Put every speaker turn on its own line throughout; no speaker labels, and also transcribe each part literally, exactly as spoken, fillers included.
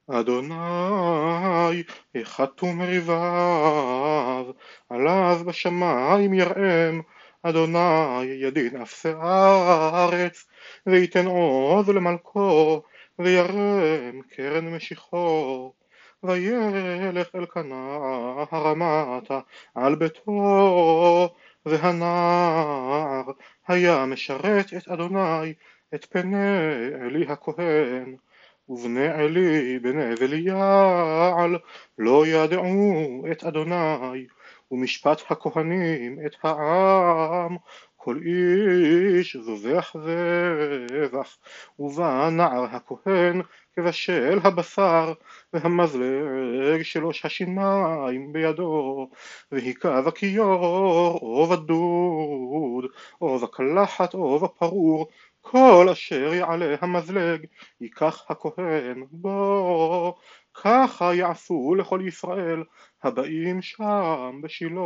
אדוני, החתו מריביו, עליו בשמיים יראם, אדוני ידין אפסי הארץ, ויתן עוז למלכו, וירם קרן משיחו. וילך אלקנה הרמתה על ביתו, והנער היה משרת את אדוני, את פני אלי הכהן. ובני עלי בני בליעל לא ידעו את אדוני, ומשפט הכהנים את העם, כל איש זובח זבח, ובא נער הכהן כבשל הבשר, והמזלג שלוש השיניים בידו, והיכה בכיור או בדוד או בקלחת או בפרור, כל אשר יעלה המזלג ייקח הכהן בו. ככה יעשו לכל ישראל הבאים שם בשילה.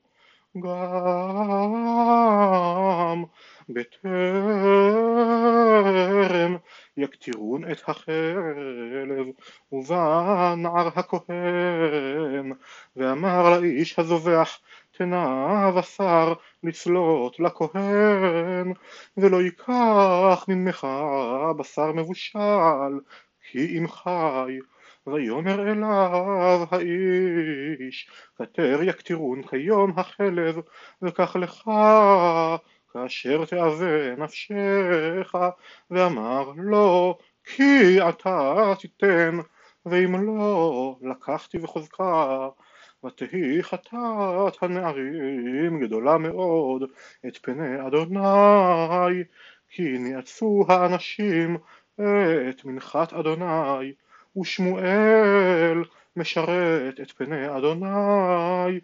גם בטרם יקטירון את החלב, ובא נער הכהן ואמר לאיש הזובח, תנה בשר לצלות לכהן, ולא ייקח ממך בשר מבושל, כי אם חי. ויאמר אליו האיש, כתר יקטירון כיום החלב, וכך לך כאשר תאווה נפשך. ואמר לו, כי אתה תיתן, ואם לא, לקחתי וחוזקה. ותהי חטאת הנערים גדולה מאוד את פני אדוני, כי ניאצו האנשים את מנחת אדוני. ושמואל משרת את פני אדוני,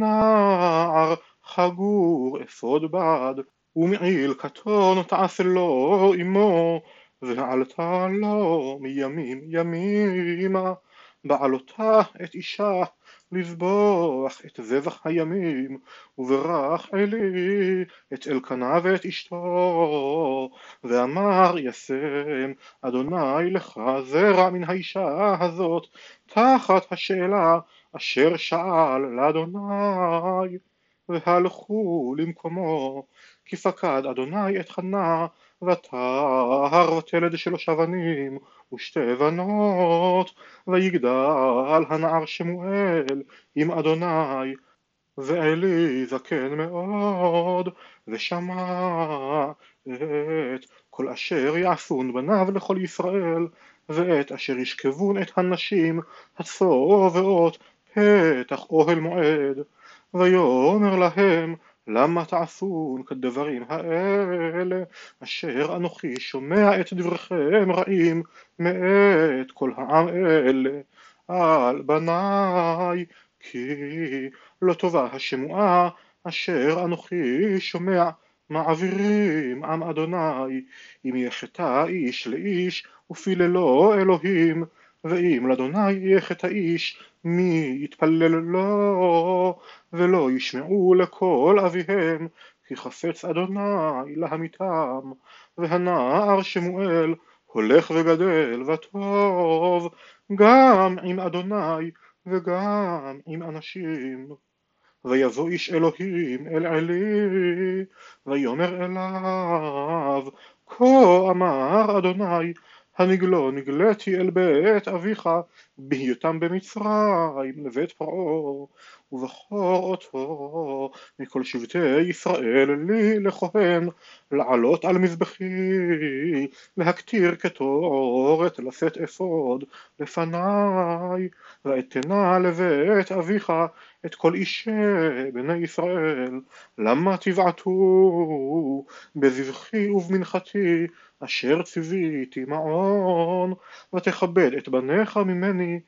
נער חגור אפוד בד, ומעיל קטון תעשה לו עמו, ועלתה לו מימים ימימה. בעלותה את אישה לזבוח את זבח הימים, וברך עלי את אלקנה ואת אשתו, ואמר ישם אדוני לך זרע מן האישה הזאת, תחת השאלה אשר שאל לאדוני. והלכו למקומו, כי פקד אדוני את חנה, ותהר ותלד שלושה בנים ושתי בנות, ויגדל הנער שמואל עם אדוני. ועלי זקן מאוד, ושמע את כל אשר יעשון בניו לכל ישראל, ואת אשר ישכבון את הנשים הצובעות פתח אוהל מועד. ויאמר להם, למה תעשון כדברים האלה, אשר אנוכי שומע את דבריכם רעים מאת כל העם אלה על בניי? כי לא טובה השמועה אשר אנוכי שומע. מעבירים עם אדוני, אם יחטא איש לאיש ופיללו אלוהים, ואם לאדוני יחטא איש, מי יתפלל לו? ולא ישמעו לכל אביהם, כי חפץ אדוני להמיתם. והנער שמואל הולך וגדל וטוב, גם עם אדוני וגם עם אנשים. ויבוא איש אלוהים אל עלי, ויאמר אליו, כה אמר אדוני, הנגלו נגלתי אל בית אביך בהיותם במצרים לבית פרעה, ובחור אותו מכל שבטי ישראל לי לכהן, לעלות על מזבחי, להקטיר קטורת, לשאת אפוד לפניי. ואתנה לבית אביך את כל אישי בני ישראל, למה תבעטו בזבחי ובמנחתי אשר ציוויתי מעון, ותכבד את בניך ממני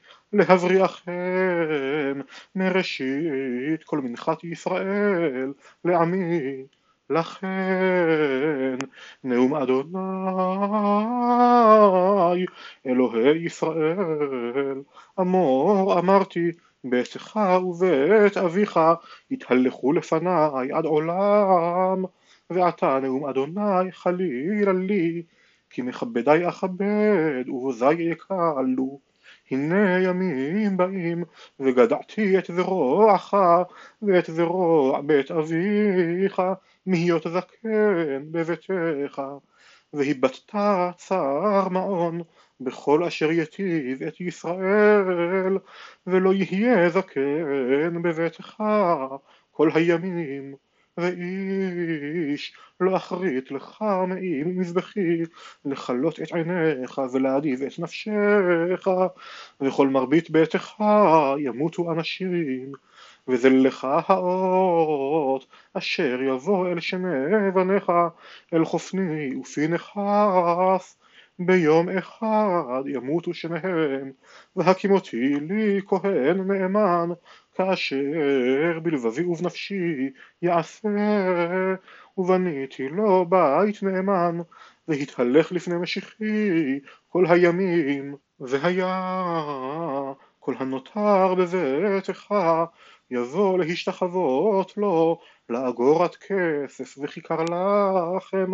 להבריאכם מראשית כל מנחת ישראל לעמי. לכן נאום אדוני אלוהי ישראל, אמור אמרתי, ביתך ובית אביך יתהלכו לפניי עד עולם. ועתה נאום אדוני חלילה לי, כי מכבדי אכבד ובוזי יקלו. הנה ימים באים, וגדעתי את זרועך ואת זרוע בית אביך, מהיות זקן בביתך, והיבטת צער מעון בכל אשר יטיב את ישראל, ולא יהיה זקן בביתך כל הימים, ואיש לא אחרית לך מעם מזבחי, לכלות את עיניך ולהדיב את נפשך, וכל מרבית ביתך ימותו אנשים, וזלך האות אשר יבוא אל שני בניך, אל חופני ופנחס, ביום אחד ימותו שניהם, והקימותי לי כהן נאמן, כאשר בלבבי ובנפשי יעשה, ובניתי לו בית נאמן, והתהלך לפני משיחי כל הימים, והיה כל הנותר בביתך יבוא להשתחוות לו לאגורת כסף וכיכר לחם,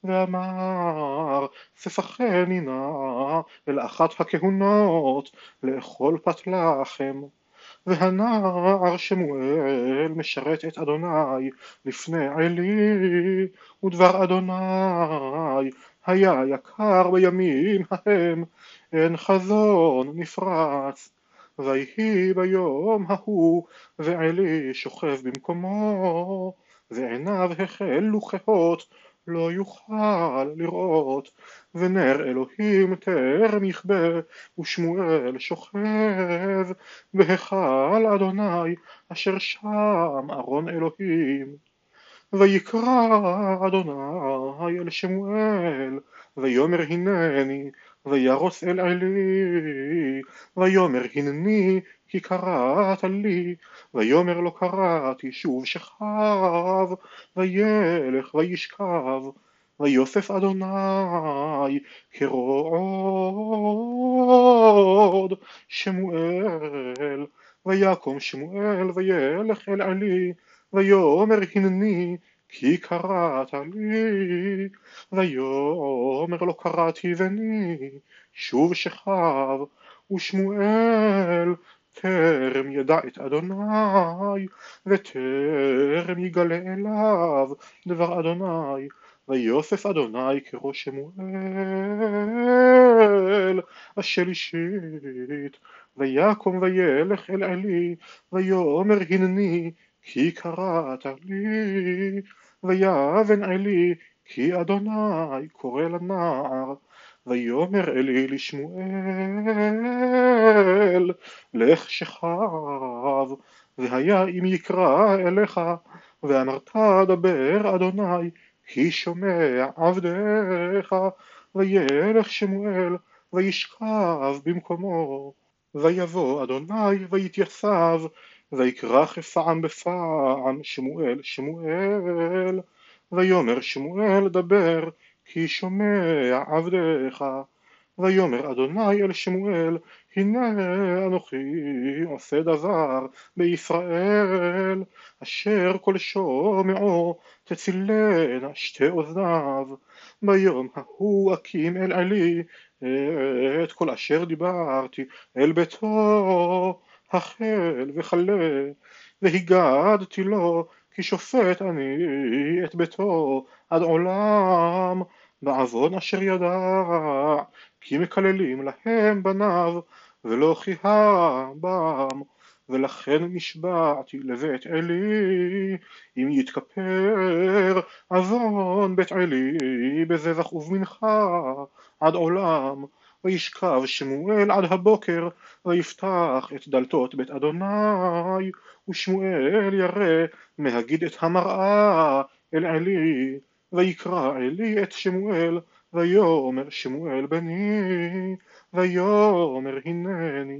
ואמר ספחני נא אל אחת הכהונות לאכול פת לחם. והנער שמואל משרת את אדוני לפני עלי, ודבר אדוני היה יקר בימים ההם, אין חזון נפרץ. ויהי ביום ההוא ועלי שוכב במקומו, ועיניו החלו כהות לא יוכל לראות, ונר אלוהים טרם יכבה, ושמואל שוכב בהיכל אדוני אשר שם ארון אלוהים. ויקרא אדוני אל שמואל ויאמר הנני, וירוס אל עלי ויאמר הנני כי קראת לי, ויאמר לא קראתי, שוב שכב וילך וישכב. ויוסף אדוני כרעוד שמואל, ויקום שמואל וילך אל עלי, ויאמר הנני כי קראת לי, ויאמר לא קראתי בני, שוב שכב. ושמואל טרם ידע את אדוני, וטרם יגלה אליו דבר אדוני. ויוסף אדוני כראש שמואל השלישית. ויקום וילך אל עלי, ויאמר הנני כי קראת לי, ויבן עלי כי אדוני קורא לנער. ויאמר אלי לשמואל לך שכב, והיה אם יקרא אליך, ואמרת דבר אדוני כי שומע עבדך. וילך שמואל וישכב במקומו, ויבוא אדוני ויתייצב, ויקרא כפעם בפעם שמואל שמואל. ויאמר שמואל דבר כי שומע עבדך. ויאמר אדוני אל שמואל הנה אנוכי עושה דבר בישראל, אשר כל שומעו תצילנה שתי אוזניו. ביום ההוא אקים אל עלי את כל אשר דיברתי אל ביתו החל וכלה, והגדתי לו כי שופט אני את ביתו עד עולם, בעוון אשר ידע, כי מקללים להם בניו ולא חיה בם. ולכן נשבעתי לבית עלי, אם יתכפר עוון בית עלי בזבח ובמנחה עד עולם. וישכב שמואל עד הבוקר, ויפתח את דלתות בית אדוני, ושמואל ירא מהגיד את המראה אל עלי. ויקרא עלי את שמואל, ויאמר שמואל בני, ויאמר הנני.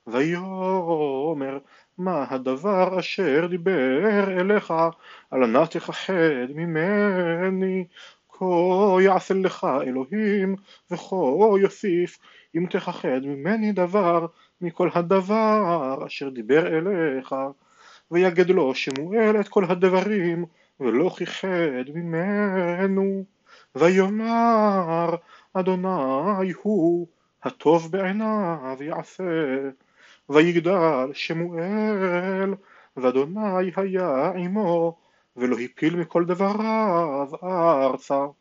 ויאמר מה הדבר אשר דיבר אליך, על נא תכחד ממני, כה יעשה לך אלוהים וכה יוסיף, אם תכחד ממני דבר מכל הדבר אשר דיבר אליך. ויגד לו שמואל את כל הדברים, ולא כיחד ממנו. ויאמר אדוני הוא הטוב בעיניו יעשה. ויגדל שמואל, ואדוני היה עמו, ולא הפיל מכל דבריו ארצה.